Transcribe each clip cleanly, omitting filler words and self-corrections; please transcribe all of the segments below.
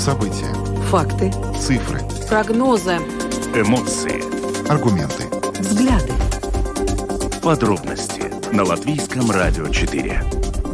События. Факты. Цифры. Прогнозы. Эмоции. Аргументы. Взгляды. Подробности на Латвийском радио 4.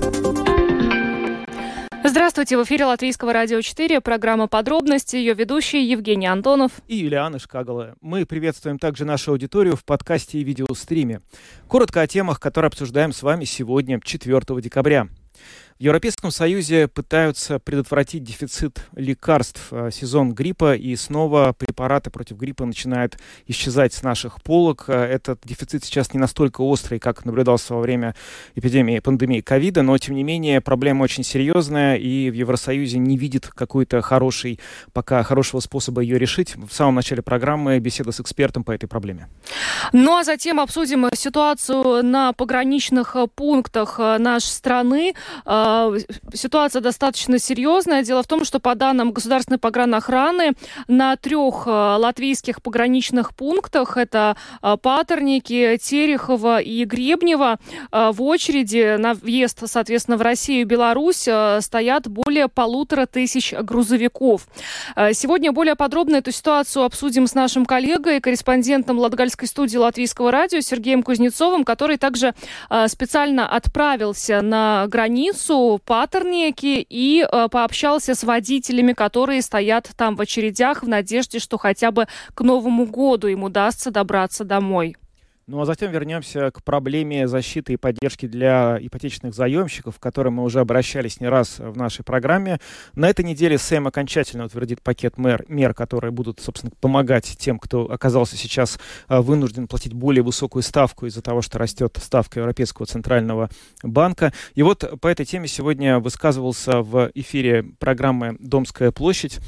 Здравствуйте, в эфире Латвийского радио 4, программа «Подробности», ее ведущие Евгений Антонов и Юлиана Шкагала. Мы приветствуем также нашу аудиторию в подкасте и видеостриме. Коротко о темах, которые обсуждаем с вами сегодня, 4 декабря. В Европейском Союзе пытаются предотвратить дефицит лекарств. Сезон гриппа, и снова препараты против гриппа начинают исчезать с наших полок. Этот дефицит сейчас не настолько острый, как наблюдался во время пандемии ковида, но, тем не менее, проблема очень серьезная, и в Евросоюзе не видит какой-то хорошего способа ее решить. В самом начале программы беседа с экспертом по этой проблеме. Ну а затем обсудим ситуацию на пограничных пунктах нашей страны. Ситуация достаточно серьезная. Дело в том, что по данным Государственной погранохраны на 3 латвийских пограничных пунктах, это Патерники, Терехово и Гребнево, в очереди на въезд, соответственно, в Россию и Беларусь стоят более 1500 грузовиков. Сегодня более подробно эту ситуацию обсудим с нашим коллегой, корреспондентом Латгальской студии Латвийского радио Сергеем Кузнецовым, который также специально отправился на границу Патерники и пообщался с водителями, которые стоят там в очередях в надежде, что хотя бы к Новому году им удастся добраться домой. Ну а затем вернемся к проблеме защиты и поддержки для ипотечных заемщиков, к которым мы уже обращались не раз в нашей программе. На этой неделе Сейм окончательно утвердит пакет мер, которые будут, собственно, помогать тем, кто оказался сейчас вынужден платить более высокую ставку из-за того, что растет ставка Европейского центрального банка. И вот по этой теме сегодня высказывался в эфире программы «Домская площадь»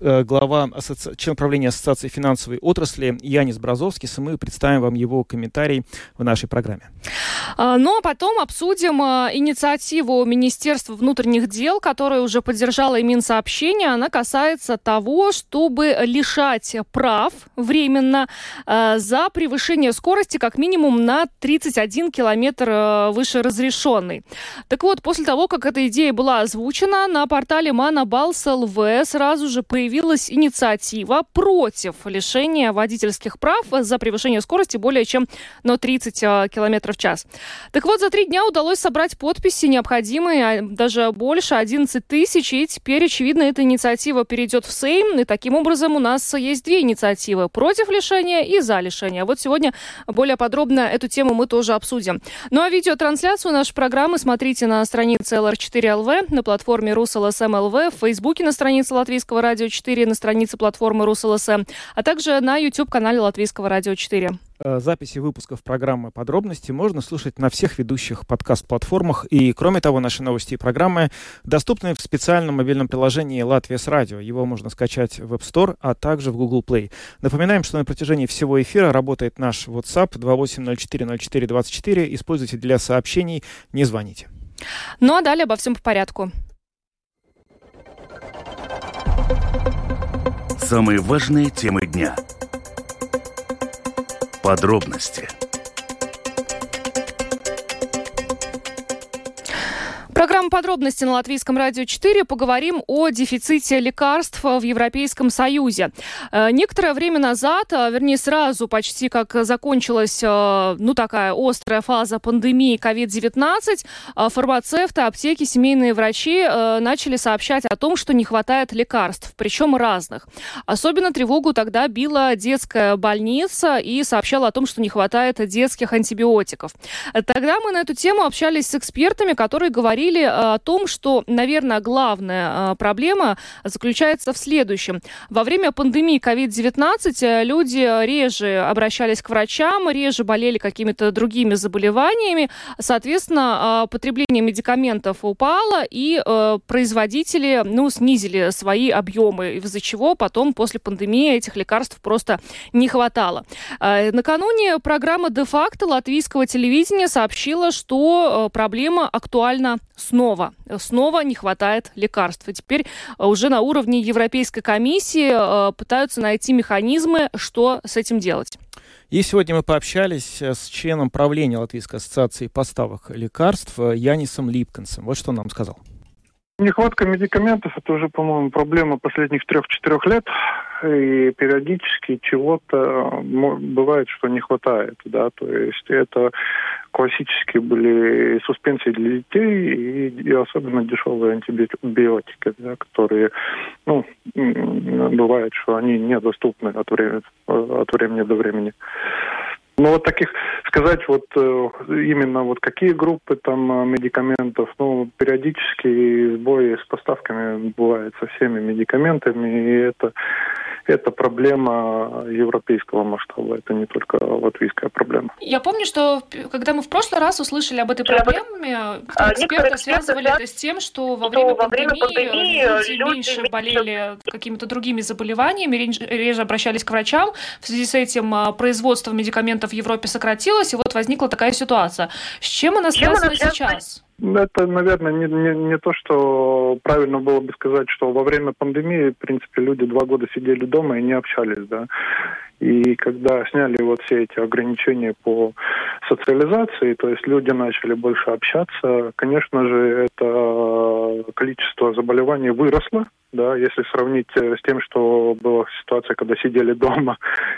член правления Ассоциации финансовой отрасли Янис Бразовскис, и мы представим вам его комментарий в нашей программе. Ну а потом обсудим инициативу Министерства внутренних дел, которая уже поддержала и Минсообщение. Она касается того, чтобы лишать прав временно за превышение скорости как минимум на 31 километр выше разрешенной. Так вот, после того, как эта идея была озвучена, на портале Mana.Balss.lv сразу же появилась инициатива против лишения водительских прав за превышение скорости более чем на 30 км в час. Так вот, за 3 дня удалось собрать подписи необходимые, даже больше, 11 тысяч, и теперь, очевидно, эта инициатива перейдет в Сейм, и таким образом у нас есть 2 инициативы: против лишения и за лишение. Вот сегодня более подробно эту тему мы тоже обсудим. Ну а видеотрансляцию нашей программы смотрите на странице LR4LV, на платформе RusLSM.LV, в Фейсбуке на странице Латвийского радио 4, на странице платформы RusLSM, а также на YouTube-канале Латвийского радио 4. Записи выпусков программы «Подробности» можно слушать на всех ведущих подкаст-платформах. И, кроме того, наши новости и программы доступны в специальном мобильном приложении «Латвия с радио». Его можно скачать в App Store, а также в Google Play. Напоминаем, что на протяжении всего эфира работает наш WhatsApp 28040424. Используйте для сообщений, не звоните. Ну а далее обо всем по порядку. Самые важные темы дня. Подробности. Программа «Подробности» на Латвийском радио 4. Поговорим о дефиците лекарств в Европейском Союзе. Некоторое время назад, вернее сразу почти как закончилась такая острая фаза пандемии COVID-19, фармацевты, аптеки, семейные врачи начали сообщать о том, что не хватает лекарств, причем разных. Особенно тревогу тогда била детская больница и сообщала о том, что не хватает детских антибиотиков. Тогда мы на эту тему общались с экспертами, которые говорили о том, что, наверное, главная проблема заключается в следующем. Во время пандемии COVID-19 люди реже обращались к врачам, реже болели какими-то другими заболеваниями. Соответственно, потребление медикаментов упало, и производители снизили свои объемы, из-за чего потом после пандемии этих лекарств просто не хватало. Накануне программа «Де-факто» латвийского телевидения сообщила, что проблема актуальна снова. Снова не хватает лекарств. И теперь уже на уровне Европейской комиссии пытаются найти механизмы, что с этим делать. И сегодня мы пообщались с членом правления Латвийской ассоциации поставок лекарств Янисом Липкансом. Вот что он нам сказал. Нехватка медикаментов – это уже, по-моему, проблема последних 3-4 лет. И периодически чего-то бывает, что не хватает. Да? То есть это классические были суспенсии для детей и особенно дешевые антибиотики, да, которые, бывает, что они недоступны от времени до времени. Но вот таких, сказать, именно какие группы там медикаментов, периодически сбои с поставками бывают со всеми медикаментами, и это проблема европейского масштаба, это не только латвийская проблема. Я помню, что когда мы в прошлый раз услышали об этой проблеме, эксперты связывали это с тем, что во время пандемии люди меньше болели какими-то другими заболеваниями, реже обращались к врачам. В связи с этим производство медикаментов в Европе сократилось, и вот возникла такая ситуация. С чем она связана сейчас? Это, наверное, не то, что правильно было бы сказать, что во время пандемии, в принципе, люди 2 года сидели дома и не общались, да. И когда сняли все эти ограничения по социализации, то есть люди начали больше общаться, конечно же, это количество заболеваний выросло, да, если сравнить с тем, что была ситуация, когда сидели дома.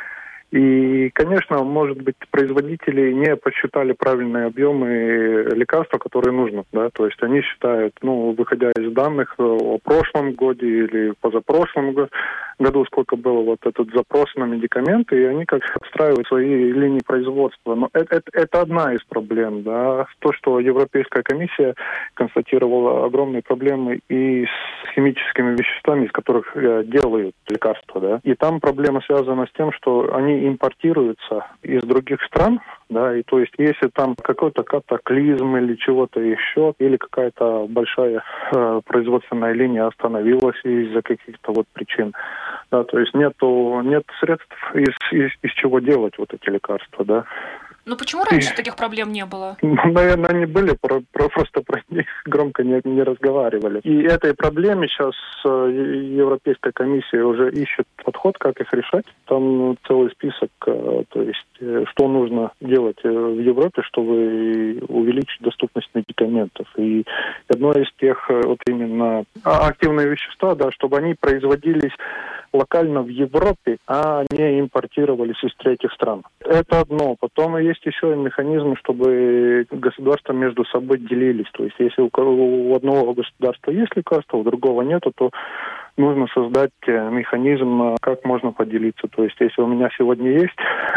И, конечно, может быть, производители не посчитали правильные объемы лекарства, которые нужно, да, то есть они считают, выходя из данных о прошлом годе или позапрошлом году, сколько было этот запрос на медикаменты, и они как отстраивают свои линии производства. Но это одна из проблем, да, то, что Европейская комиссия констатировала огромные проблемы и с химическими веществами, из которых делают лекарства, да, и там проблема связана с тем, что они импортируются из других стран, да, и то есть если там какой-то катаклизм или чего-то еще, или какая-то большая производственная линия остановилась из-за каких-то причин, да, то есть нет средств из чего делать эти лекарства, да. Ну почему раньше таких проблем не было? Наверное, они были, просто про них громко не разговаривали. И этой проблеме сейчас Европейская комиссия уже ищет подход, как их решать. Там целый список, то есть что нужно делать в Европе, чтобы увеличить доступность медикаментов. И одно из тех именно активные вещества, да, чтобы они производились локально в Европе, а не импортировались из третьих стран. Это одно. Потом есть еще и механизмы, чтобы государства между собой делились. То есть если у одного государства есть лекарство, у другого нету, то нужно создать механизм, как можно поделиться. То есть если у меня сегодня есть,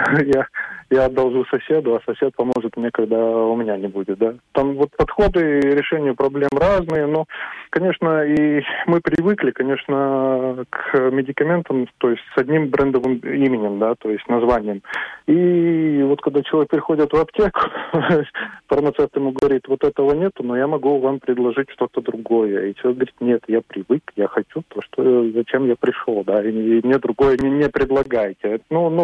я одолжу соседу, а сосед поможет мне, когда у меня не будет. Да? Там подходы и решения проблем разные, но, конечно, и мы привыкли, конечно, к медикаментам, то есть с одним брендовым именем, да, то есть названием. И когда человек приходит в аптеку, фармацевт ему говорит, этого нету, но я могу вам предложить что-то другое. И человек говорит, нет, я привык, я хочу то, зачем я пришел, да, и мне другое не предлагайте.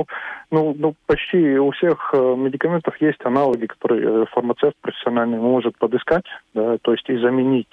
Почти у всех медикаментов есть аналоги, которые фармацевт профессиональный может подыскать, да, то есть и заменить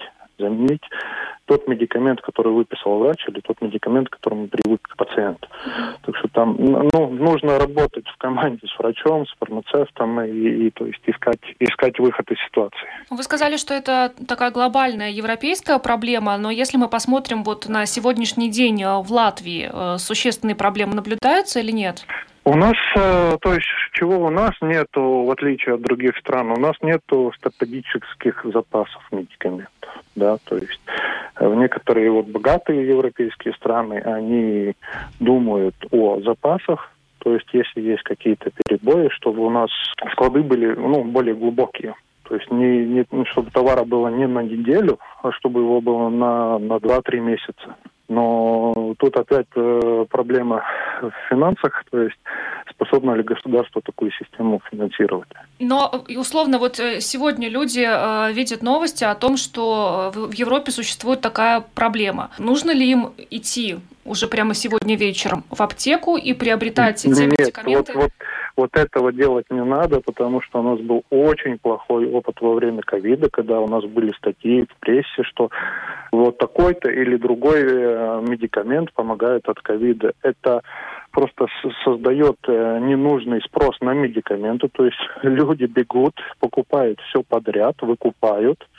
тот медикамент, который выписал врач, или тот медикамент, к которому привык пациент. Так что там нужно работать в команде с врачом, с фармацевтом и то есть искать выход из ситуации. Вы сказали, что это такая глобальная европейская проблема, но если мы посмотрим на сегодняшний день в Латвии, существенные проблемы наблюдаются или нет? У нас, то есть, чего у нас нету, в отличие от других стран, у нас нету стратегических запасов медикаментов, да, то есть в некоторые богатые европейские страны, они думают о запасах, то есть если есть какие-то перебои, чтобы у нас склады были, более глубокие. То есть не чтобы товара было не на неделю, а чтобы его было на 2-3 месяца. Но тут опять проблема в финансах, то есть способно ли государство такую систему финансировать. Но, условно, сегодня люди видят новости о том, что в Европе существует такая проблема. Нужно ли им идти уже прямо сегодня вечером в аптеку и приобретать эти медикаменты? Вот этого делать не надо, потому что у нас был очень плохой опыт во время ковида, когда у нас были статьи в прессе, что такой-то или другой медикамент помогает от ковида. Это просто создает ненужный спрос на медикаменты, то есть люди бегут, покупают все подряд, выкупают,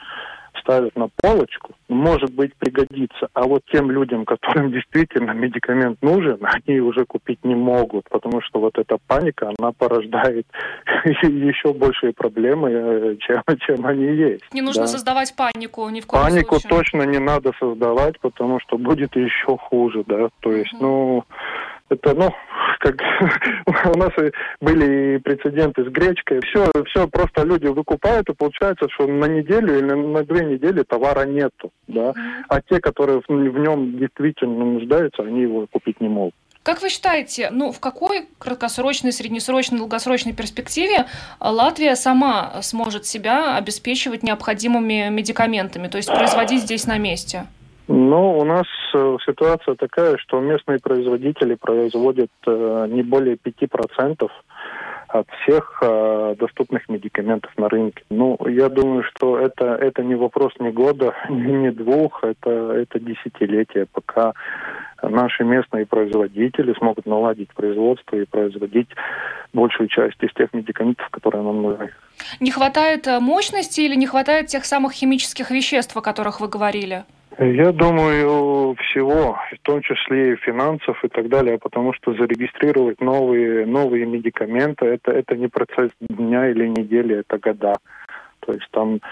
ставят на полочку, может быть, пригодится. А вот тем людям, которым действительно медикамент нужен, они уже купить не могут, потому что вот эта паника, она порождает еще большие проблемы, чем они есть. Не нужно создавать панику ни в коем случае. Панику точно не надо создавать, потому что будет еще хуже, да. То есть, это, как у нас были прецеденты с гречкой. Все просто люди выкупают, и получается, что на неделю или на 2 недели товара нету, да. А те, которые в нем действительно нуждаются, они его купить не могут. Как вы считаете, в какой краткосрочной, среднесрочной, долгосрочной перспективе Латвия сама сможет себя обеспечивать необходимыми медикаментами, то есть производить здесь на месте? У нас ситуация такая, что местные производители производят не более 5% от всех доступных медикаментов на рынке. Я думаю, что это не вопрос ни года, ни 2, это десятилетия, пока наши местные производители смогут наладить производство и производить большую часть из тех медикаментов, которые нам нужны. Не хватает мощности или не хватает тех самых химических веществ, о которых вы говорили? Я думаю, всего, в том числе и финансов и так далее, потому что зарегистрировать новые медикаменты, это не процесс дня или недели, это года. То есть там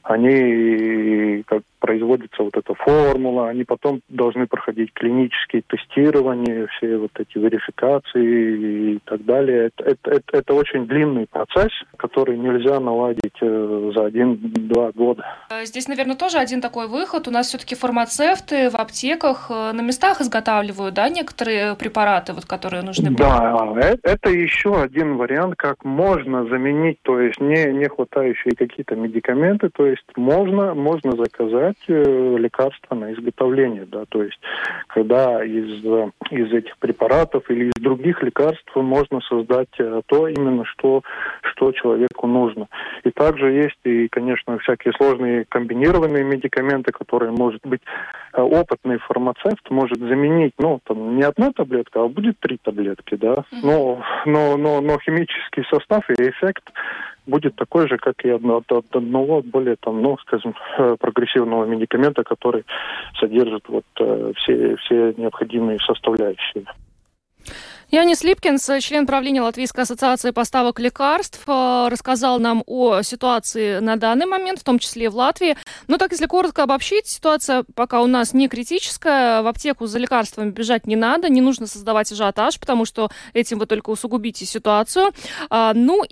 они, как производится вот эта формула, они потом должны проходить клинические тестирования, все вот эти верификации и так далее. Это очень длинный процесс, который нельзя наладить за 1-2 года. Здесь, наверное, тоже один такой выход. У нас все-таки фармацевты в аптеках на местах изготавливают, да, некоторые препараты, которые нужны. Да, это еще один вариант, как можно заменить, то есть не хватающие какие-то медикаменты, то есть можно заказать лекарства на изготовление, да, то есть когда из этих препаратов или из других лекарств можно создать то именно, что человеку нужно. И также есть и, конечно, всякие сложные комбинированные медикаменты, которые, может быть, опытный фармацевт может заменить, не 1 таблетка, а будет 3 таблетки, да, но химический состав и эффект будет такой же, как и от одного более, прогрессивного медикамента, который содержит все необходимые составляющие. Янис Липкинс, член правления Латвийской ассоциации поставок лекарств, рассказал нам о ситуации на данный момент, в том числе в Латвии. Так, если коротко обобщить, ситуация пока у нас не критическая. В аптеку за лекарствами бежать не надо, не нужно создавать ажиотаж, потому что этим вы только усугубите ситуацию. На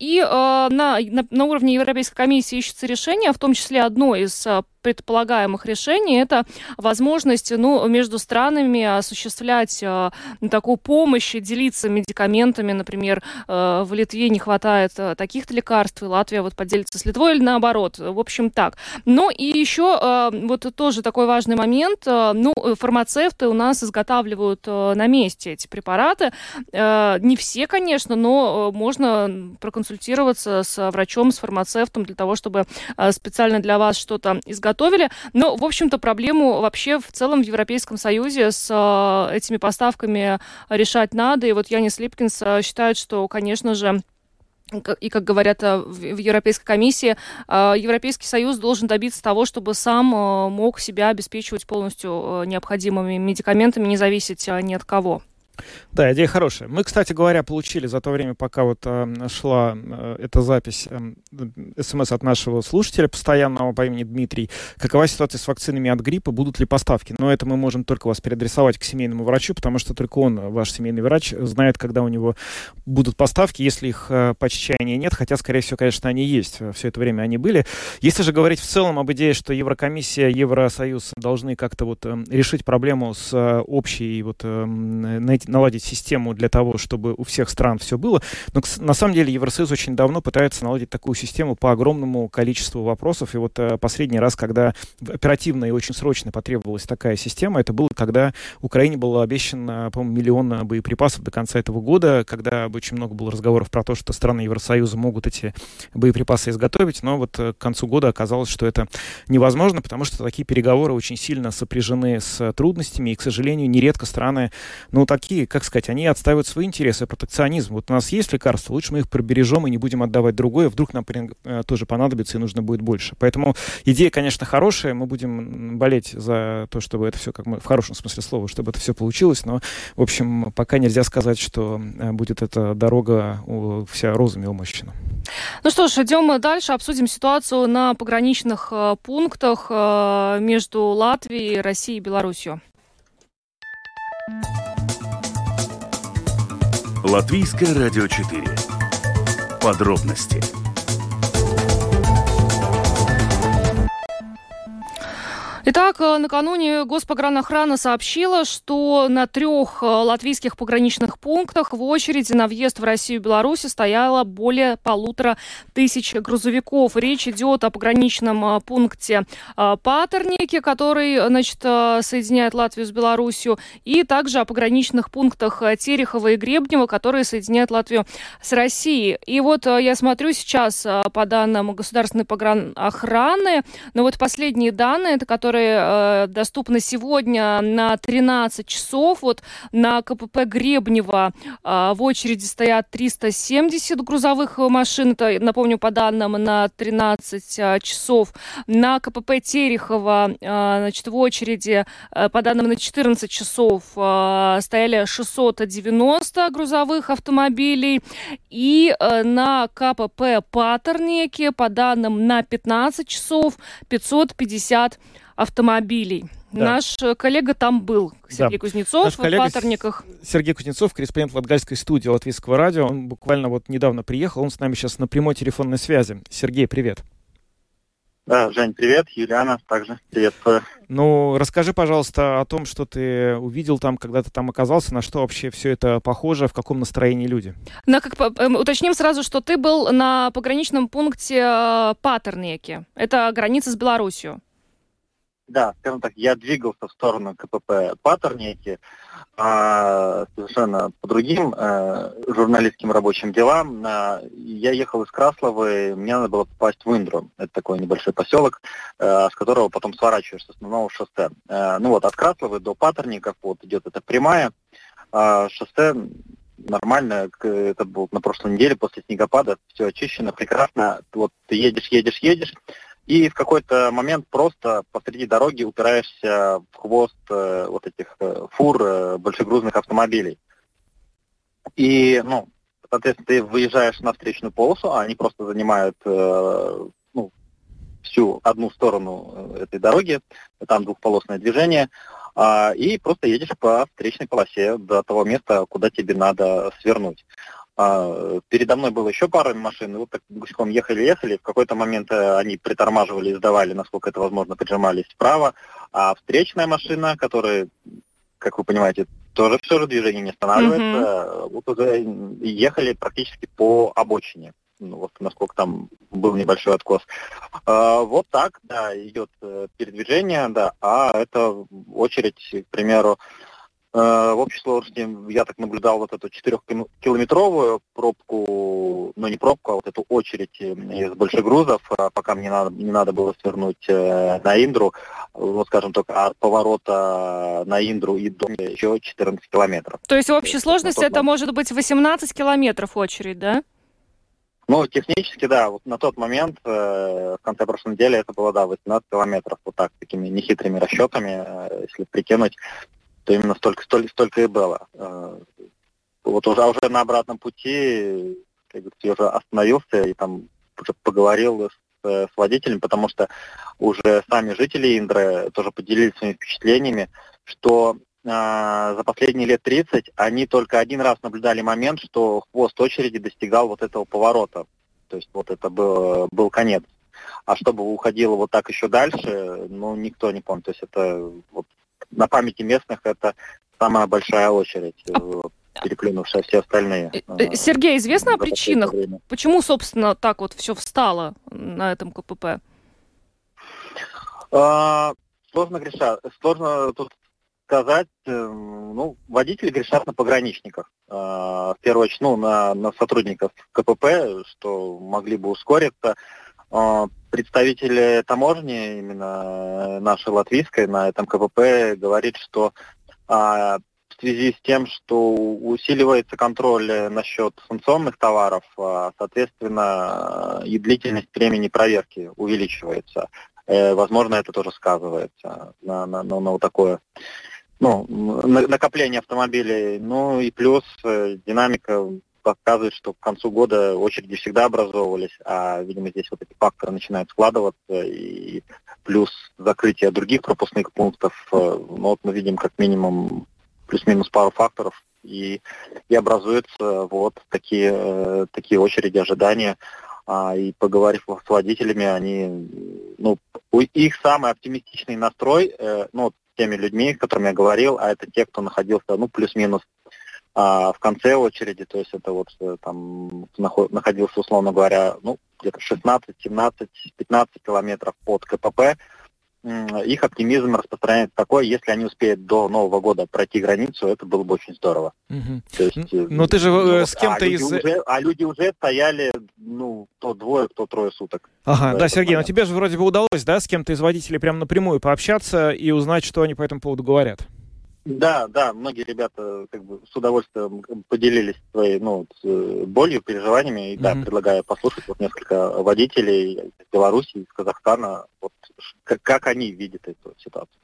уровне Европейской комиссии ищется решение, в том числе одно из предполагаемых решений – это возможность между странами осуществлять такую помощь, делиться медикаментами. Например, в Литве не хватает таких-то лекарств, и Латвия поделится с Литвой или наоборот. В общем, так. И еще тоже такой важный момент. Фармацевты у нас изготавливают на месте эти препараты. Не все, конечно, но можно проконсультироваться с врачом, с фармацевтом для того, чтобы специально для вас что-то изготовить. Но, в общем-то, проблему вообще в целом в Европейском Союзе с этими поставками решать надо. И Янис Липкинс считает, что, конечно же, и, как говорят в Европейской комиссии, Европейский Союз должен добиться того, чтобы сам мог себя обеспечивать полностью необходимыми медикаментами, не зависеть ни от кого. Да, идея хорошая. Мы, кстати говоря, получили за то время, пока шла эта запись, СМС от нашего слушателя постоянного по имени Дмитрий. Какова ситуация с вакцинами от гриппа? Будут ли поставки? Но это мы можем только вас переадресовать к семейному врачу, потому что только он, ваш семейный врач, знает, когда у него будут поставки, если их по чаяния нет, хотя, скорее всего, конечно, они есть. Все это время они были. Если же говорить в целом об идее, что Еврокомиссия, Евросоюз должны как-то решить проблему с общей, наладить систему для того, чтобы у всех стран все было. Но на самом деле Евросоюз очень давно пытается наладить такую систему по огромному количеству вопросов. И последний раз, когда оперативно и очень срочно потребовалась такая система, это было, когда Украине было обещано, по-моему, 1 миллион боеприпасов до конца этого года, когда очень много было разговоров про то, что страны Евросоюза могут эти боеприпасы изготовить, но к концу года оказалось, что это невозможно, потому что такие переговоры очень сильно сопряжены с трудностями, и, к сожалению, нередко страны, такие России, как сказать, они отстаивают свои интересы, протекционизм. Вот у нас есть лекарства, лучше мы их прибережем и не будем отдавать другое, вдруг нам тоже понадобится и нужно будет больше. Поэтому идея, конечно, хорошая, мы будем болеть за то, чтобы это все, как мы, в хорошем смысле слова, чтобы это все получилось, но, в общем, пока нельзя сказать, что будет эта дорога вся розами умощена. Ну что ж, идем дальше, обсудим ситуацию на пограничных пунктах между Латвией, Россией и Беларусью. Латвийское радио 4. Подробности. Итак, накануне Госпогранохрана сообщила, что на 3 латвийских пограничных пунктах в очереди на въезд в Россию и Беларусь стояло более 1500 грузовиков. Речь идет о пограничном пункте Патерники, который, соединяет Латвию с Беларусью, и также о пограничных пунктах Терехова и Гребнева, которые соединяют Латвию с Россией. И вот я смотрю сейчас по данным Государственной погранохраны, но вот последние данные, это которые доступны сегодня на 13 часов. Вот на КПП Гребнева в очереди стоят 370 грузовых машин. Это, напомню, по данным на 13 часов. На КПП Терехова, в очереди, по данным на 14 часов, стояли 690 грузовых автомобилей. И на КПП Патерники, по данным на 15 часов, 550 автомобилей. Да. Наш коллега там был, Сергей Кузнецов, в Патерниках. Сергей Кузнецов, корреспондент Латгальской студии Латвийского радио. Он буквально вот недавно приехал, он с нами сейчас на прямой телефонной связи. Сергей, привет. Да, Жень, привет. Юлиана также приветствую. Ну, расскажи, пожалуйста, о том, что ты увидел там, когда ты там оказался, на что вообще все это похоже, в каком настроении люди. Уточним сразу, что ты был на пограничном пункте Патерники. Это граница с Беларусью. Да, скажем так, я двигался в сторону КПП Патерники совершенно по другим журналистским рабочим делам. Я ехал из Красловы, мне надо было попасть в Индру. Это такой небольшой поселок, с которого потом сворачиваешь с основного шоссе. От Красловы до Патерников вот идет эта прямая. Шоссе нормально, это было на прошлой неделе после снегопада, все очищено, прекрасно. Вот ты едешь, и в какой-то момент просто посреди дороги упираешься в хвост вот этих фур большегрузных автомобилей. И, соответственно, ты выезжаешь на встречную полосу, а они просто занимают всю одну сторону этой дороги, там двухполосное движение, и просто едешь по встречной полосе до того места, куда тебе надо свернуть. Передо мной было еще пара машин, и вот так гуськом ехали, в какой-то момент они притормаживали и сдавали, насколько это возможно, поджимались вправо, а встречная машина, которая, как вы понимаете, тоже все же движение не останавливается, вот уже ехали практически по обочине, насколько там был небольшой откос. Вот так, да, идет передвижение, да, а это очередь, к примеру, в общей сложности я так наблюдал вот эту 4-километровую пробку, не пробку, а вот эту очередь из большегрузов, пока мне не надо было свернуть на Индру, скажем так, от поворота на Индру и до еще 14 километров. То есть в общей сложности это может быть 18 километров очередь, да? Технически, да, вот на тот момент, в конце прошлой недели, это было, 18 километров, вот так, такими нехитрыми расчетами, если прикинуть, то именно столько и было. Вот уже на обратном пути я уже остановился и там уже поговорил с водителем, потому что уже сами жители Индры тоже поделились своими впечатлениями, что за последние лет 30 они только один раз наблюдали момент, что хвост очереди достигал вот этого поворота. То есть вот это был конец. А чтобы уходило вот так еще дальше, никто не помнит. То есть это вот на памяти местных это самая большая очередь, переплюнувшая все остальные. Сергей, известно о причинах, почему, собственно, так вот все встало на этом КПП? Сложно тут сказать. Водители грешат на пограничниках. В первую очередь, на сотрудников КПП, что могли бы ускориться. Представители таможни, именно нашей латвийской, на этом КПП говорит, что в связи с тем, что усиливается контроль насчет санкционных товаров, соответственно, и длительность времени проверки увеличивается. Возможно, это тоже сказывается на вот такое накопление автомобилей. Ну и плюс динамика показывает, что к концу года очереди всегда образовывались, а, видимо, здесь вот эти факторы начинают складываться, и плюс закрытие других пропускных пунктов. Вот мы видим как минимум плюс-минус пару факторов, и образуются вот такие очереди ожидания. И поговорив с водителями, их самый оптимистичный настрой, с теми людьми, с которыми я говорил, а это те, кто находился, плюс-минус в конце очереди, то есть это вот там находился, условно говоря, где-то 16, 17, 15 километров от КПП, их оптимизм распространяется такой, если они успеют до Нового года пройти границу, это было бы очень здорово. То есть, но ты же с кем-то люди уже стояли, то двое, то трое суток. Ага, да, Сергей, но тебе же вроде бы удалось, да, с кем-то из водителей прям напрямую пообщаться и узнать, что они по этому поводу говорят? Да, многие ребята с удовольствием поделились своей болью, переживаниями. И предлагаю послушать несколько водителей из Беларуси, из Казахстана, как они видят эту ситуацию.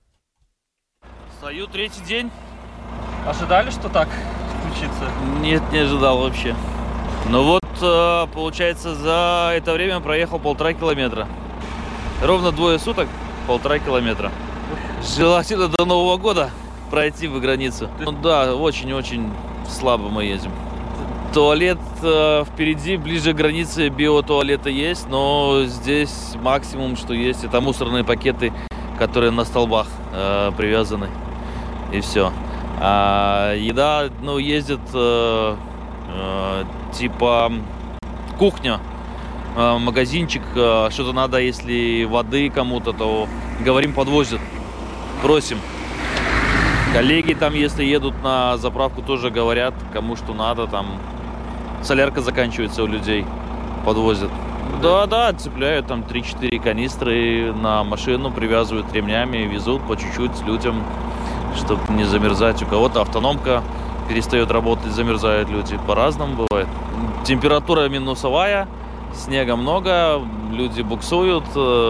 Стою третий день. Ожидали, что так случится? Нет, не ожидал вообще. Получается, за это время проехал 1,5 километра. Ровно 2 суток 1,5 километра. Желательно до Нового года пройти в границу. Да, очень-очень слабо мы едем. Туалет впереди, ближе к границе биотуалета есть, но здесь максимум, что есть, это мусорные пакеты, которые на столбах привязаны, и все. А еда, ездит типа кухня, магазинчик, что-то надо, если воды кому-то, то говорим, подвозят, просим. Коллеги там, если едут на заправку, тоже говорят, кому что надо, там солярка заканчивается у людей, подвозят. Да, цепляют там 3-4 канистры на машину, привязывают ремнями, везут по чуть-чуть людям, чтобы не замерзать. У кого-то автономка перестает работать, замерзают люди. По-разному бывает. Температура минусовая, снега много, люди буксуют,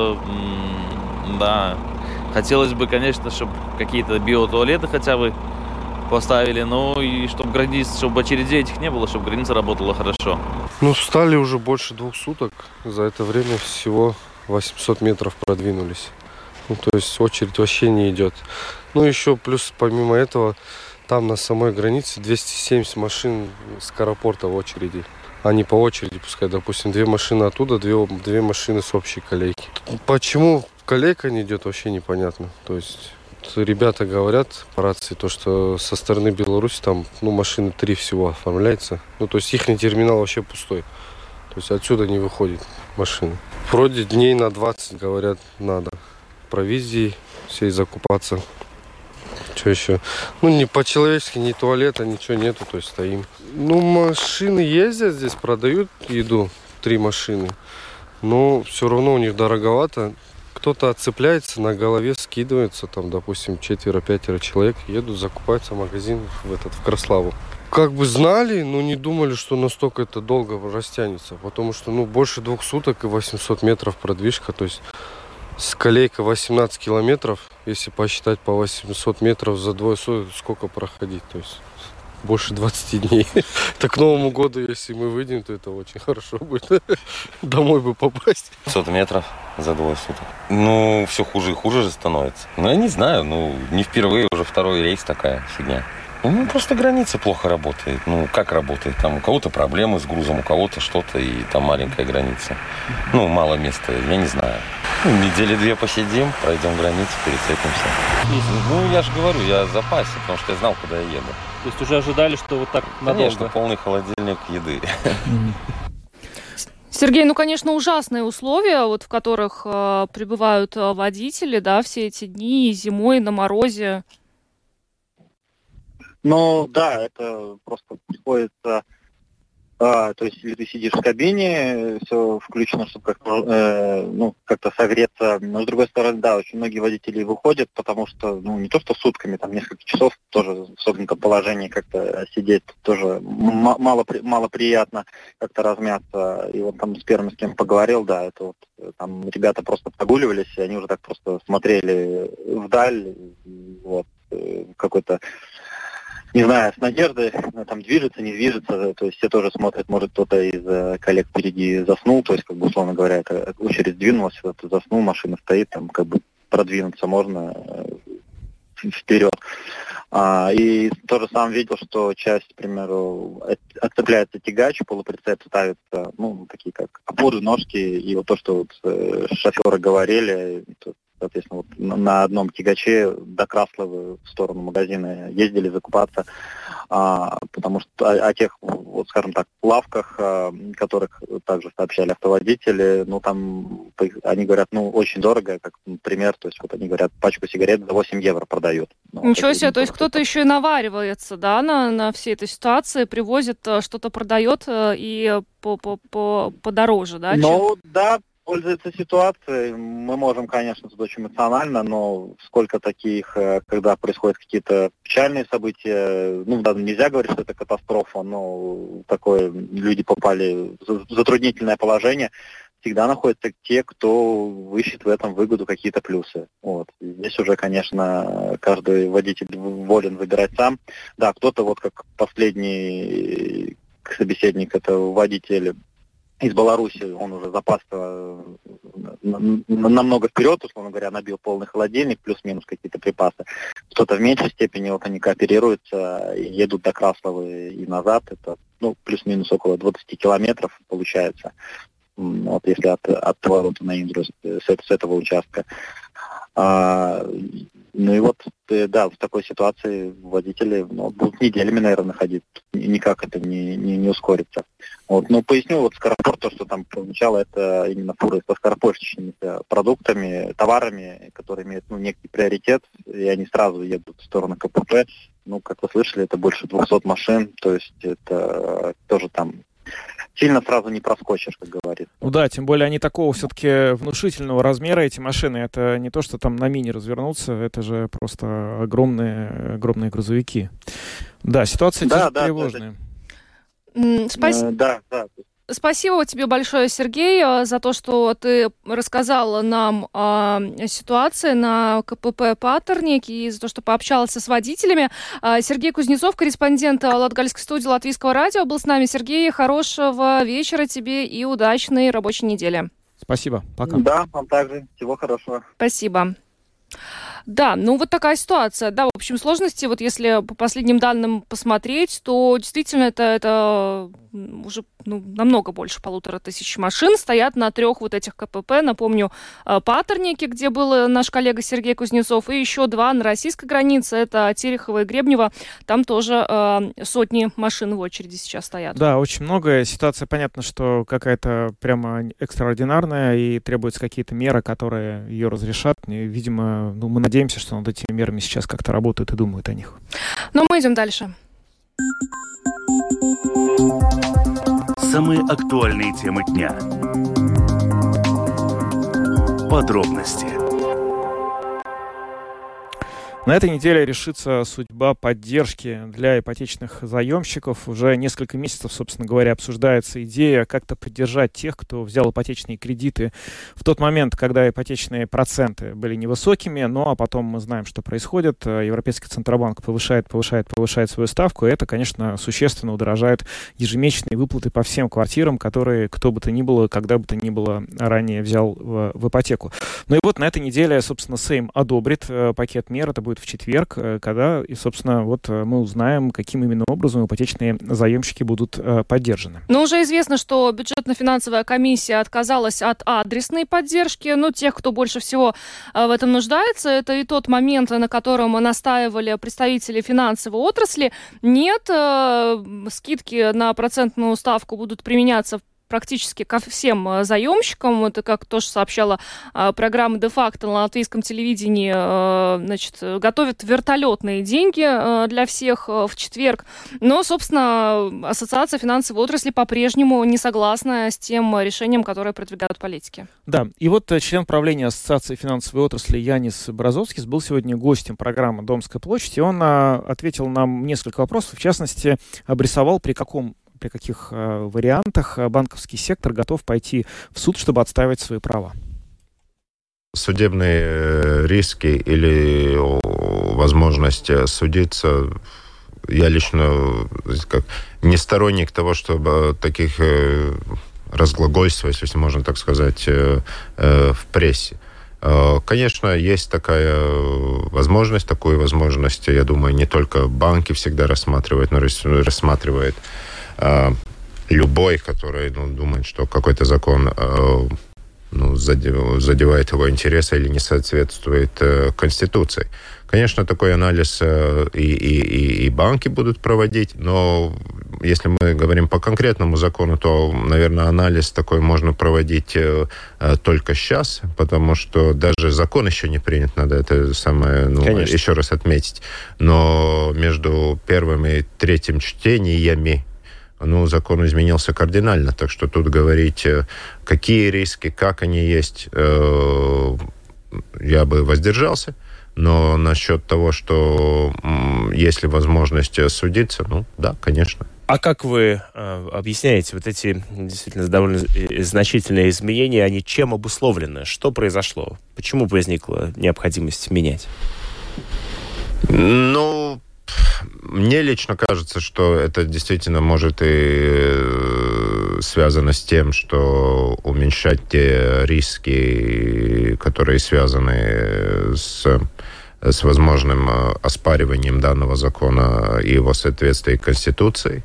да. Хотелось бы, конечно, чтобы какие-то биотуалеты хотя бы поставили, и чтобы очередей этих не было, чтобы граница работала хорошо. Встали уже больше 2 суток. За это время всего 800 метров продвинулись. То есть очередь вообще не идет. Еще плюс, помимо этого, там на самой границе 270 машин с аэропорта в очереди. Они по очереди пускай, допустим, 2 машины оттуда, 2 машины с общей колейки. Почему колейка не идет, вообще непонятно. То есть ребята говорят по рации, что со стороны Беларуси там машины 3 всего оформляется. То есть их терминал вообще пустой. То есть отсюда не выходит машины. Вроде дней на 20, говорят, надо провизией всей закупаться. Что еще? Не по-человечески, ни туалета, ничего нету, то есть стоим. Машины ездят здесь, продают еду, 3 машины. Но все равно у них дороговато. Кто-то отцепляется, на голове скидывается, там, допустим, 4-5 человек, едут, закупаются в магазин в Краславу. Знали, но не думали, что настолько это долго растянется. Потому что, больше 2 суток и 800 метров продвижка, то есть с колейкой 18 километров, если посчитать по 800 метров за 2 суток, сколько проходить, то есть больше 20 дней. Так к Новому году, если мы выйдем, то это очень хорошо будет. Домой бы попасть. 500 метров за 2 суток. Все хуже и хуже же становится. Я не знаю, не впервые, уже 2-й рейс такая фигня. Просто граница плохо работает. Как работает? Там у кого-то проблемы с грузом, у кого-то что-то, и там маленькая граница. Мало места, я не знаю. Недели 2 посидим, пройдем границу, перецепимся. Я же говорю, я в запасе, потому что я знал, куда я еду. То есть уже ожидали, что вот так надолго? Конечно, полный холодильник еды. Сергей, конечно, ужасные условия, в которых пребывают водители, да, все эти дни, зимой, на морозе. Да, это просто приходится То есть, если ты сидишь в кабине, все включено, чтобы как-то согреться. Но, с другой стороны, да, очень многие водители выходят, потому что, не то что сутками, там несколько часов тоже в согнутом положении как-то сидеть тоже мало приятно как-то размяться. И вот там с первым, с кем поговорил, да, это вот там ребята просто прогуливались, и они уже так просто смотрели вдаль, вот, какой-то, не знаю, с надеждой, там движется, не движется, то есть все тоже смотрят, может кто-то из коллег впереди заснул, то есть, как бы, условно говоря, эта очередь двинулась, кто-то заснул, машина стоит, там, как бы, продвинуться можно вперед. И тоже сам видел, что часть, к примеру, отцепляется тягач, полуприцеп ставится, такие как опоры, ножки, и вот то, что вот шоферы говорили, соответственно, вот на одном тягаче до Красловы в сторону магазина ездили закупаться, потому что о тех, вот скажем так, лавках, которых также сообщали автоводители, там они говорят, очень дорого, как пример, то есть вот они говорят, пачку сигарет за 8 евро продают. Ничего себе, то есть кто-то еще и наваривается, да, на всей этой ситуации, привозит, что-то продает и подороже, да? Да, пользуется ситуацией. Мы можем, конечно, тут очень эмоционально, но сколько таких, когда происходят какие-то печальные события, нельзя говорить, что это катастрофа, но такое, люди попали в затруднительное положение, всегда находятся те, кто ищет в этом выгоду, какие-то плюсы. Вот. Здесь уже, конечно, каждый водитель волен выбирать сам. Да, кто-то, вот как последний собеседник, это водитель из Беларуси, он уже запас-то намного вперед, условно говоря, набил полный холодильник, плюс-минус какие-то припасы. Кто-то в меньшей степени, вот они кооперируются, едут до Красловы и назад, это, плюс-минус около 20 километров получается, вот если от поворота на Индру с этого участка. И вот, да, в такой ситуации водители будут неделями, наверное, находиться. Никак это не ускорится. Вот. Поясню, вот скоропорт, то, что там прозвучало, это именно фуры со скоропортящими продуктами, товарами, которые имеют некий приоритет, и они сразу едут в сторону КПП. Как вы слышали, это больше 200 машин, то есть это тоже там сильно сразу не проскочишь, как говорится. Да, тем более они такого все-таки внушительного размера, эти машины. Это не то, что там на мини развернуться, это же просто огромные грузовики. Да, ситуация тревожная. Да. Спасибо тебе большое, Сергей, за то, что ты рассказал нам о ситуации на КПП Патерник и за то, что пообщался с водителями. Сергей Кузнецов, корреспондент Латгальской студии Латвийского радио, был с нами. Сергей, хорошего вечера тебе и удачной рабочей недели. Спасибо, пока. Да, вам также. Всего хорошего. Спасибо. Да, вот такая ситуация. Да, в общем, сложности, вот если по последним данным посмотреть, то действительно это уже намного больше 1500 машин стоят на 3 вот этих КПП. Напомню, Патернике, где был наш коллега Сергей Кузнецов, и еще 2 на российской границе, это Терехово и Гребнево. Там тоже сотни машин в очереди сейчас стоят. Да, очень много. Ситуация, понятно, что какая-то прямо экстраординарная, и требуются какие-то меры, которые ее разрешат. И, видимо, мы надеемся, что над этими мерами сейчас как-то работают и думают о них. Но мы идем дальше. Самые актуальные темы дня. Подробности. На этой неделе решится судьба поддержки для ипотечных заемщиков. Уже несколько месяцев, собственно говоря, обсуждается идея как-то поддержать тех, кто взял ипотечные кредиты в тот момент, когда ипотечные проценты были невысокими. Ну, а потом мы знаем, что происходит. Европейский Центробанк повышает свою ставку. И это, конечно, существенно удорожает ежемесячные выплаты по всем квартирам, которые кто бы то ни было, когда бы то ни было ранее взял в ипотеку. Ну и вот на этой неделе, собственно, Сейм одобрит пакет мер. Это будет в четверг, когда, и, собственно, вот мы узнаем, каким именно образом ипотечные заемщики будут поддержаны. Но уже известно, что бюджетно-финансовая комиссия отказалась от адресной поддержки. Тех, кто больше всего в этом нуждается, это и тот момент, на котором настаивали представители финансовой отрасли. Нет, скидки на процентную ставку будут применяться практически ко всем заемщикам. Это, как тоже сообщала программа «Де-факто» на латвийском телевидении, готовят вертолетные деньги для всех в четверг. Но, собственно, Ассоциация финансовой отрасли по-прежнему не согласна с тем решением, которое продвигают политики. Да, и вот член правления Ассоциации финансовой отрасли Янис Бразовскис был сегодня гостем программы «Домская площадь», и он ответил нам несколько вопросов, в частности, обрисовал, при каких вариантах банковский сектор готов пойти в суд, чтобы отстаивать свои права. Судебные риски или возможность судиться, я лично не сторонник того, чтобы таких разглагольствовать, если можно так сказать, в прессе. Конечно, есть такую возможность, я думаю, не только банки всегда рассматривают, но рассматривает любой, который думает, что какой-то закон задевает его интересы или не соответствует Конституции. Конечно, такой анализ и банки будут проводить, но если мы говорим по конкретному закону, то, наверное, анализ такой можно проводить только сейчас, потому что даже закон еще не принят, надо это самое, еще раз отметить. Но между первым и третьим чтениями закон изменился кардинально, так что тут говорить, какие риски, как они есть, я бы воздержался. Но насчет того, что есть ли возможность судиться, да, конечно. А как вы объясняете вот эти действительно довольно значительные изменения, они чем обусловлены? Что произошло? Почему возникла необходимость менять? Мне лично кажется, что это действительно может и связано с тем, что уменьшать те риски, которые связаны с возможным оспариванием данного закона и его соответствия Конституции.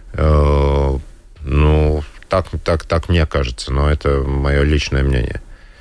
Так мне кажется, но это мое личное мнение.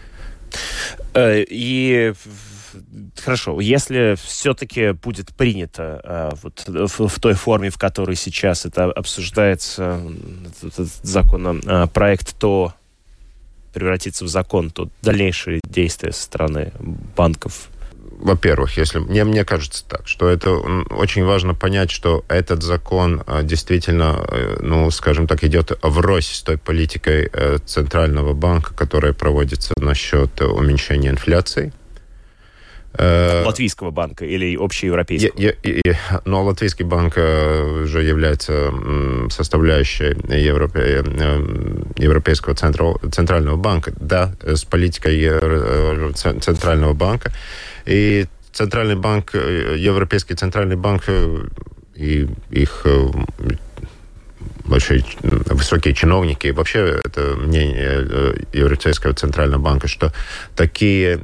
И хорошо, если все-таки будет принято в той форме, в которой сейчас это обсуждается, этот законопроект, то превратится в закон, то дальнейшие действия со стороны банков. Во-первых, мне кажется так, что это очень важно понять, что этот закон действительно, скажем так, идет врозь с той политикой Центрального банка, которая проводится насчет уменьшения инфляции. Латвийского банка или общеевропейского? Но Латвийский банк уже является составляющей Европейского центрального банка, да, с политикой Центрального банка. И Центральный банк, Европейский Центральный банк и их большие высокие чиновники, и вообще это мнение Европейского Центрального банка, что такие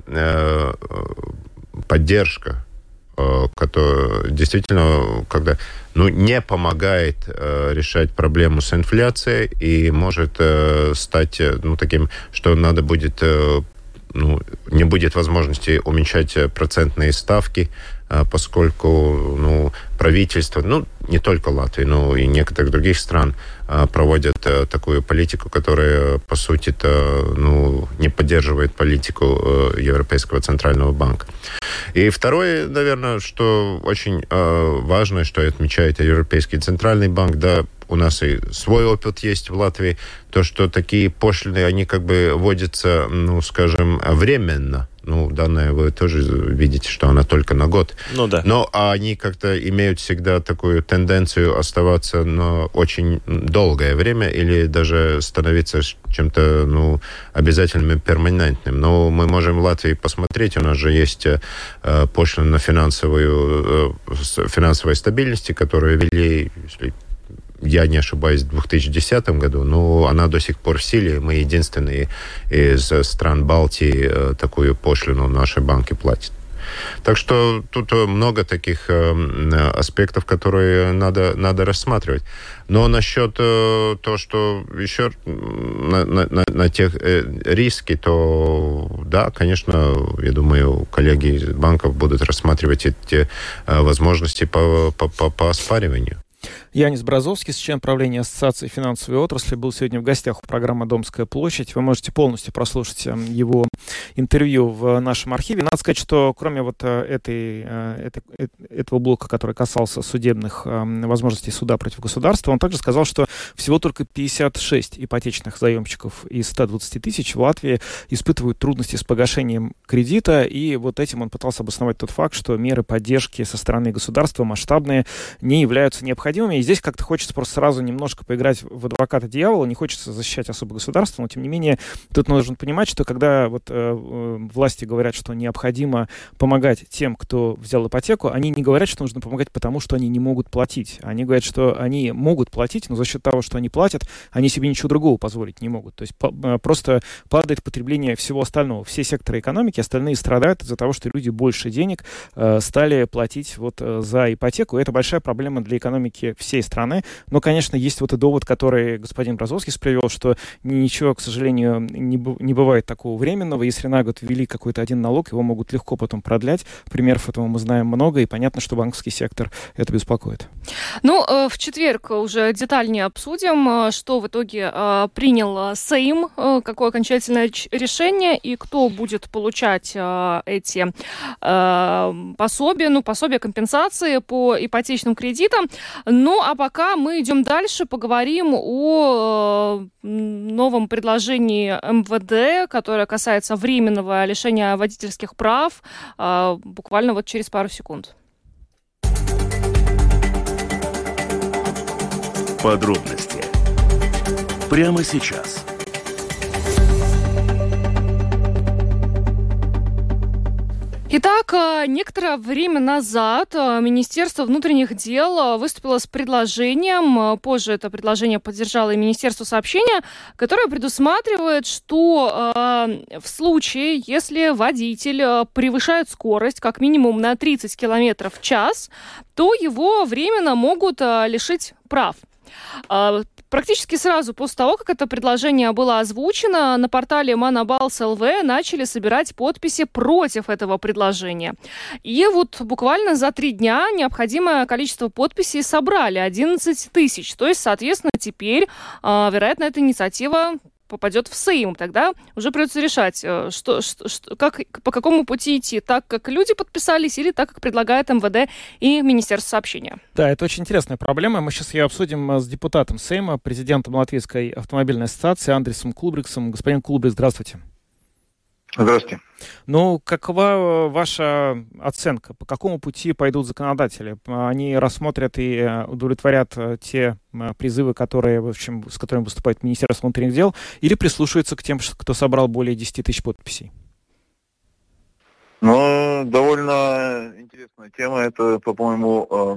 поддержка, которая действительно, когда не помогает решать проблему с инфляцией и может стать таким, что надо будет не будет возможности уменьшать процентные ставки, поскольку правительство, не только Латвии, но и некоторых других стран проводят такую политику, которая, по сути, не поддерживает политику Европейского Центрального банка. И второе, наверное, что очень важно, что отмечает Европейский Центральный банк, да, у нас и свой опыт есть в Латвии, то, что такие пошлины, они вводятся, скажем, временно. Данное вы тоже видите, что она только на год. Да. Но они как-то имеют всегда такую тенденцию оставаться на очень долгое время или даже становиться чем-то, обязательным и перманентным. Но мы можем в Латвии посмотреть, у нас же есть пошлина на финансовой стабильности, которую ввели, если я не ошибаюсь, в 2010 году, но она до сих пор в силе. Мы единственные из стран Балтии такую пошлину наши банки платят. Так что тут много таких аспектов, которые надо рассматривать. Но насчет того, что еще на тех риски, то да, конечно, я думаю, коллеги из банков будут рассматривать эти возможности по оспариванию. Янис Бразовский, член правления Ассоциации финансовой отрасли, был сегодня в гостях у программы «Домская площадь». Вы можете полностью прослушать его интервью в нашем архиве. Надо сказать, что кроме вот этого блока, который касался судебных возможностей суда против государства, он также сказал, что всего только 56 ипотечных заемщиков из 120 тысяч в Латвии испытывают трудности с погашением кредита, и вот этим он пытался обосновать тот факт, что меры поддержки со стороны государства масштабные не являются необходимыми. И здесь как-то хочется просто сразу немножко поиграть в адвоката дьявола, не хочется защищать особо государство, но тем не менее тут нужно понимать, что когда вот власти говорят, что необходимо помогать тем, кто взял ипотеку, они не говорят, что нужно помогать потому, что они не могут платить. Они говорят, что они могут платить, но за счет того, что они платят, они себе ничего другого позволить не могут. То есть просто падает потребление всего остального. Все секторы экономики, остальные страдают из-за того, что люди больше денег стали платить вот за ипотеку. И это большая проблема для экономики всей страны. Но, конечно, есть вот и довод, который господин Бразовский привел, что ничего, к сожалению, не бывает такого временного. Если на год ввели какой-то один налог, его могут легко потом продлять. Примеров этого мы знаем много, и понятно, что банковский сектор это беспокоит. Ну, в четверг уже детальнее обсудим, что в итоге принял Сейм, какое окончательное решение и кто будет получать эти пособия, компенсации по ипотечным кредитам. Ну, а пока мы идем дальше, поговорим о новом предложении МВД, которое касается временного лишения водительских прав, буквально вот через пару секунд. Подробности прямо сейчас. Итак, некоторое время назад Министерство внутренних дел выступило с предложением, позже это предложение поддержало и Министерство сообщения, которое предусматривает, что в случае, если водитель превышает скорость как минимум на 30 км в час, то его временно могут лишить прав. Практически сразу после того, как это предложение было озвучено, на портале Манабалс.лв начали собирать подписи против этого предложения. И вот буквально за 3 дня необходимое количество подписей собрали 11 тысяч. То есть, соответственно, теперь, вероятно, эта инициатива попадет в Сейм, тогда уже придется решать, по какому пути идти, так как люди подписались или так, как предлагает МВД и Министерство сообщения. Да, это очень интересная проблема. Мы сейчас ее обсудим с депутатом Сейма, президентом Латвийской автомобильной ассоциации Андрисом Кулбриксом. Господин Кулбрикс, здравствуйте. Здравствуйте. Ну, какова ваша оценка? По какому пути пойдут законодатели? Они рассмотрят и удовлетворят те призывы, с которыми выступает Министерство внутренних дел, или прислушаются к тем, кто собрал более 10 тысяч подписей? Ну, довольно интересная тема. Это, по-моему,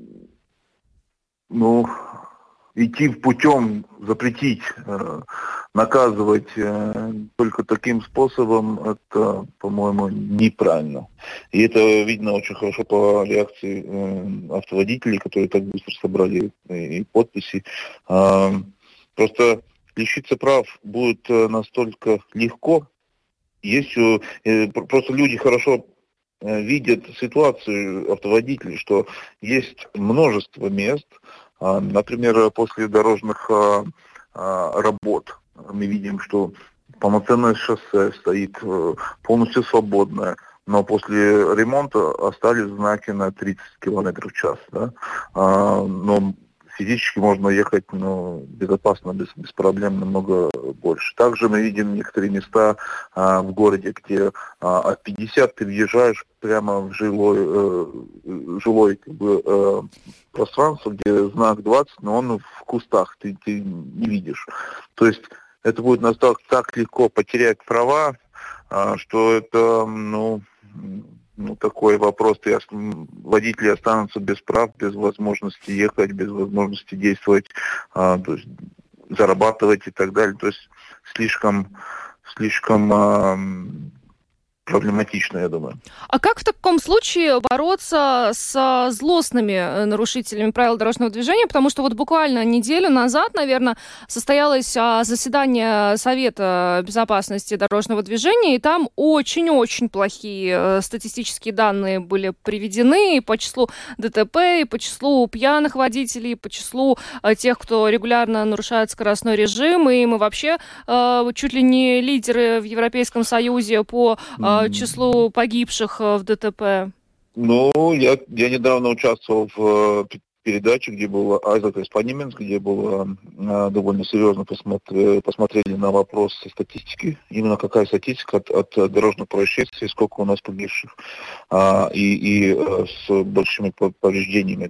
идти путем запретить, наказывать только таким способом, это, по-моему, неправильно. И это видно очень хорошо по реакции автоводителей, которые так быстро собрали и подписи. Просто лишиться прав будет настолько легко. Просто люди хорошо видят ситуацию автоводителей, что есть множество мест. Например, после дорожных работ мы видим, что полноценное шоссе стоит полностью свободное, но после ремонта остались знаки на 30 км в час. Да? Но физически можно ехать безопасно, без проблем намного больше. Также мы видим некоторые места в городе, где от 50 ты въезжаешь прямо в жилое пространство, где знак 20, но он в кустах, ты не видишь. То есть это будет настолько так легко потерять права, что это, такой вопрос, водители останутся без прав, без возможности ехать, без возможности действовать, то есть зарабатывать и так далее. То есть слишком проблематично, я думаю. А как в таком случае бороться с злостными нарушителями правил дорожного движения? Потому что вот буквально неделю назад, наверное, состоялось заседание Совета безопасности дорожного движения, и там очень-очень плохие статистические данные были приведены и по числу ДТП, и по числу пьяных водителей, и по числу тех, кто регулярно нарушает скоростной режим, и мы вообще чуть ли не лидеры в Европейском Союзе по числу погибших в ДТП. Ну, я недавно участвовал в передаче, где был Айзек Эспанименс, где было довольно серьезно посмотрели на вопрос статистики. Именно какая статистика от дорожных происшествий, сколько у нас погибших и с большими повреждениями.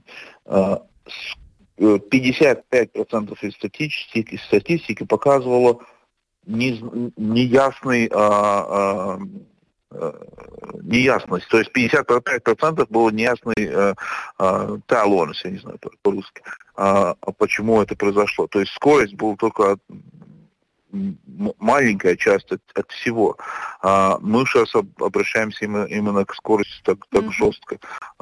55% из статистики показывало неясность. То есть 55% было неясный талонус, я не знаю по-русски, почему это произошло. То есть скорость была только маленькая часть от всего. Мы сейчас обращаемся именно к скорости так жестко.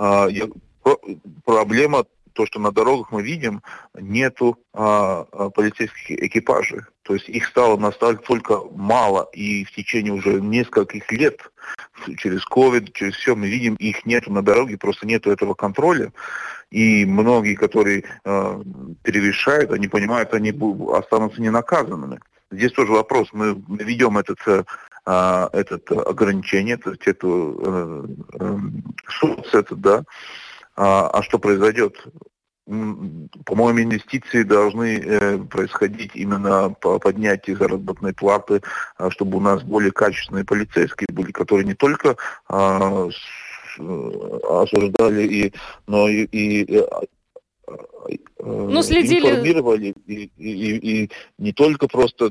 Проблема то, что на дорогах мы видим, нету полицейских экипажей. То есть их стало настолько мало, и в течение уже нескольких лет, через COVID, через все, мы видим, их нету на дороге, просто нету этого контроля. И многие, которые перевешают, они понимают, они останутся ненаказанными. Здесь тоже вопрос. Мы ведем это ограничение, суд, да. А что произойдет? По-моему, инвестиции должны происходить именно по поднятию заработной платы, чтобы у нас более качественные полицейские были, которые не только осуждали, но и следили, информировали и не только просто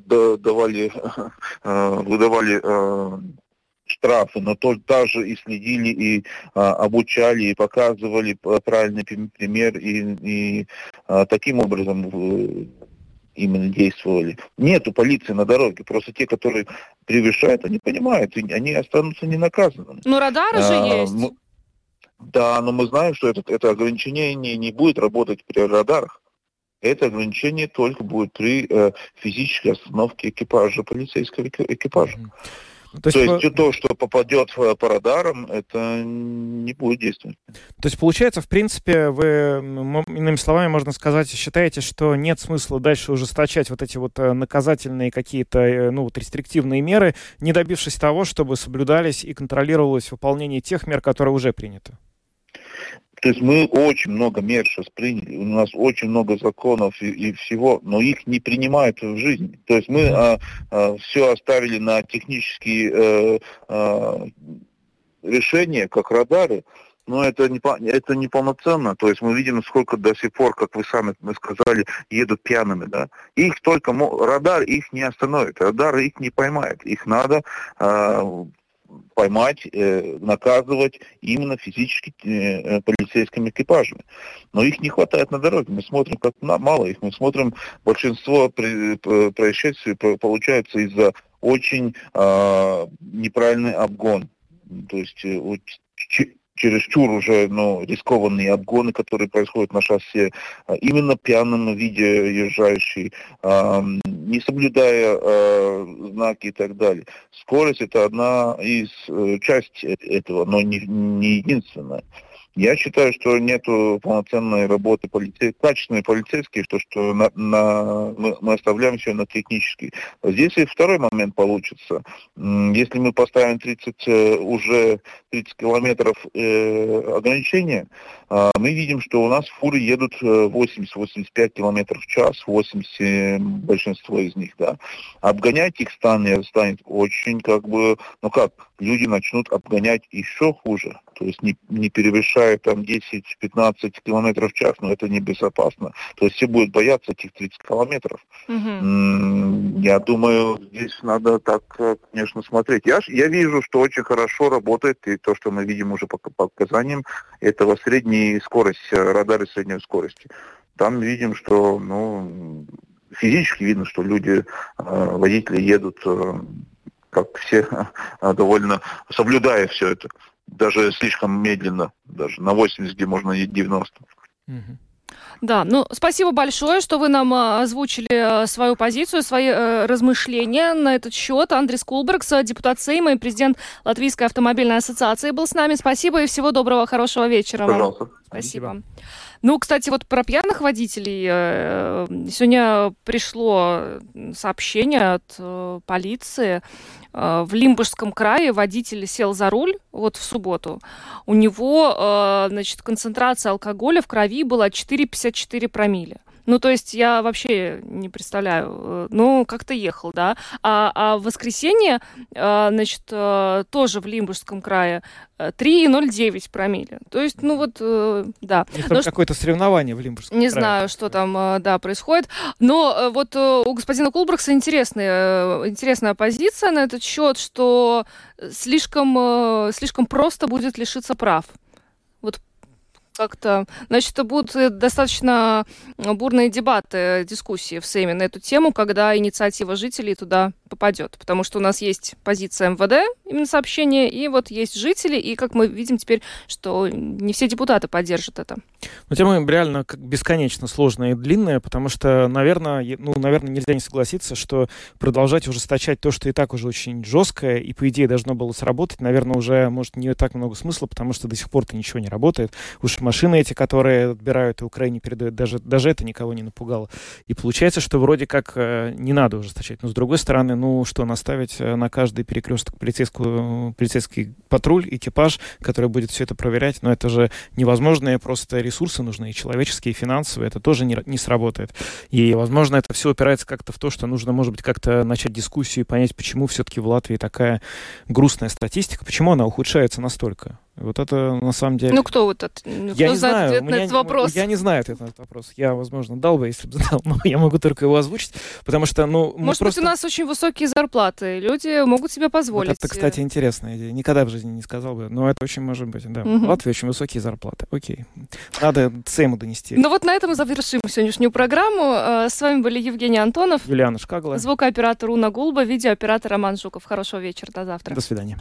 выдавали штрафы, но также и следили, и обучали, и показывали правильный пример, и таким образом именно действовали. Нету полиции на дороге, просто те, которые превышают, они понимают, и они останутся ненаказанными. Но радары же есть. Да, но мы знаем, что это ограничение не будет работать при радарах. Это ограничение только будет при физической остановке экипажа, полицейского экипажа. То есть то, что попадет по радарам, это не будет действовать. То есть, получается, в принципе, вы, иными словами, можно сказать, считаете, что нет смысла дальше ужесточать вот эти вот наказательные какие-то, рестриктивные меры, не добившись того, чтобы соблюдались и контролировалось выполнение тех мер, которые уже приняты? То есть мы очень много мер сейчас приняли, у нас очень много законов и всего, но их не принимают в жизни. То есть мы все оставили на технические решения, как радары, но это неполноценно. То есть мы видим, сколько до сих пор, как вы сами сказали, едут пьяными. Да? Их только радар их не остановит, радар их не поймает. Их надо поймать, наказывать именно физически полицейскими экипажами. Но их не хватает на дороге. Мы смотрим, как мало их. Мы смотрим, большинство происшествий получается из-за очень неправильный обгон. То есть чересчур уже рискованные обгоны, которые происходят на шоссе, именно в пьяном виде езжающий, не соблюдая знаки и так далее. Скорость — это одна из частей этого, но не единственная. Я считаю, что нету полноценной работы качественной полицейских, что мы оставляем все на технический. Здесь и второй момент получится. Если мы поставим 30 километров ограничения, мы видим, что у нас фуры едут 80-85 километров в час, 80 большинство из них, да. Обгонять их станет очень люди начнут обгонять еще хуже. То есть не перевышая там 10-15 километров в час, но это небезопасно. То есть все будут бояться этих 30 километров. Я думаю, здесь надо так, конечно, смотреть. Я вижу, что очень хорошо работает, и то, что мы видим уже по показаниям, этого средней скорости, радары средней скорости. Там видим, что, физически видно, что водители едут как все довольно соблюдая все это. Даже слишком медленно, даже на 80, где можно и 90. Да, ну, спасибо большое, что вы нам озвучили свою позицию, свои размышления на этот счет. Андрис Кулбергс, депутат Сейма и президент Латвийской автомобильной ассоциации, был с нами. Спасибо и всего доброго, хорошего вечера. Пожалуйста. Спасибо. Ну, кстати, вот про пьяных водителей. Сегодня пришло сообщение от полиции. В Лимбургском крае водитель сел за руль вот в субботу. У него, значит, концентрация алкоголя в крови была 4,54 промилле. Ну, то есть я вообще не представляю. Ну, как-то ехал, да. А в воскресенье, значит, тоже в Лимбургском крае 3,09 промилле. То есть, ну вот, да. Это какое-то соревнование в Лимбургском крае. Не знаю, что там, да, происходит. Но вот у господина Кулбергса интересная позиция на этот счет, что слишком просто будет лишиться прав. Вот как-то, значит, будут достаточно бурные дебаты, дискуссии в Сейме на эту тему, когда инициатива жителей туда попадет. Потому что у нас есть позиция МВД, именно сообщение, и вот есть жители, и, как мы видим теперь, что не все депутаты поддержат это. Но тема реально бесконечно сложная и длинная, потому что, наверное, нельзя не согласиться, что продолжать ужесточать то, что и так уже очень жесткое, и, по идее, должно было сработать, наверное, уже, может, не так много смысла, потому что до сих пор-то ничего не работает. Уж машины эти, которые отбирают и Украине передают, даже это никого не напугало. И получается, что вроде как не надо ужесточать. Но, с другой стороны, ну что, наставить на каждый перекресток полицейский патруль, экипаж, который будет все это проверять, но это же невозможно, просто ресурсы нужны, и человеческие, и финансовые, это тоже не сработает. И, возможно, это все упирается как-то в то, что нужно, может быть, как-то начать дискуссию и понять, почему все-таки в Латвии такая грустная статистика, почему она ухудшается настолько. Вот это, на самом деле... Ну, кто вот это? Я не знаю ответ на этот вопрос. Я не знаю ответ на этот вопрос. Я, возможно, дал бы, если бы задал, но я могу только его озвучить, потому что, Может быть, у нас очень высокие зарплаты, люди могут себе позволить. Вот это, кстати, интересная идея. Никогда в жизни не сказал бы, но это очень может быть, да. В Латвии очень высокие зарплаты. Окей. Надо Сейму донести. Ну вот на этом завершим сегодняшнюю программу. С вами были Евгений Антонов, Юлиана Шкагла, звукооператор Уна Гулба, видеооператор Роман Жуков. Хорошего вечера, до завтра. До свидания.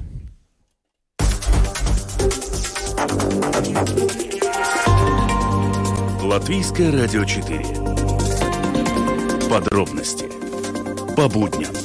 Латвийское радио 4. Подробности по будням.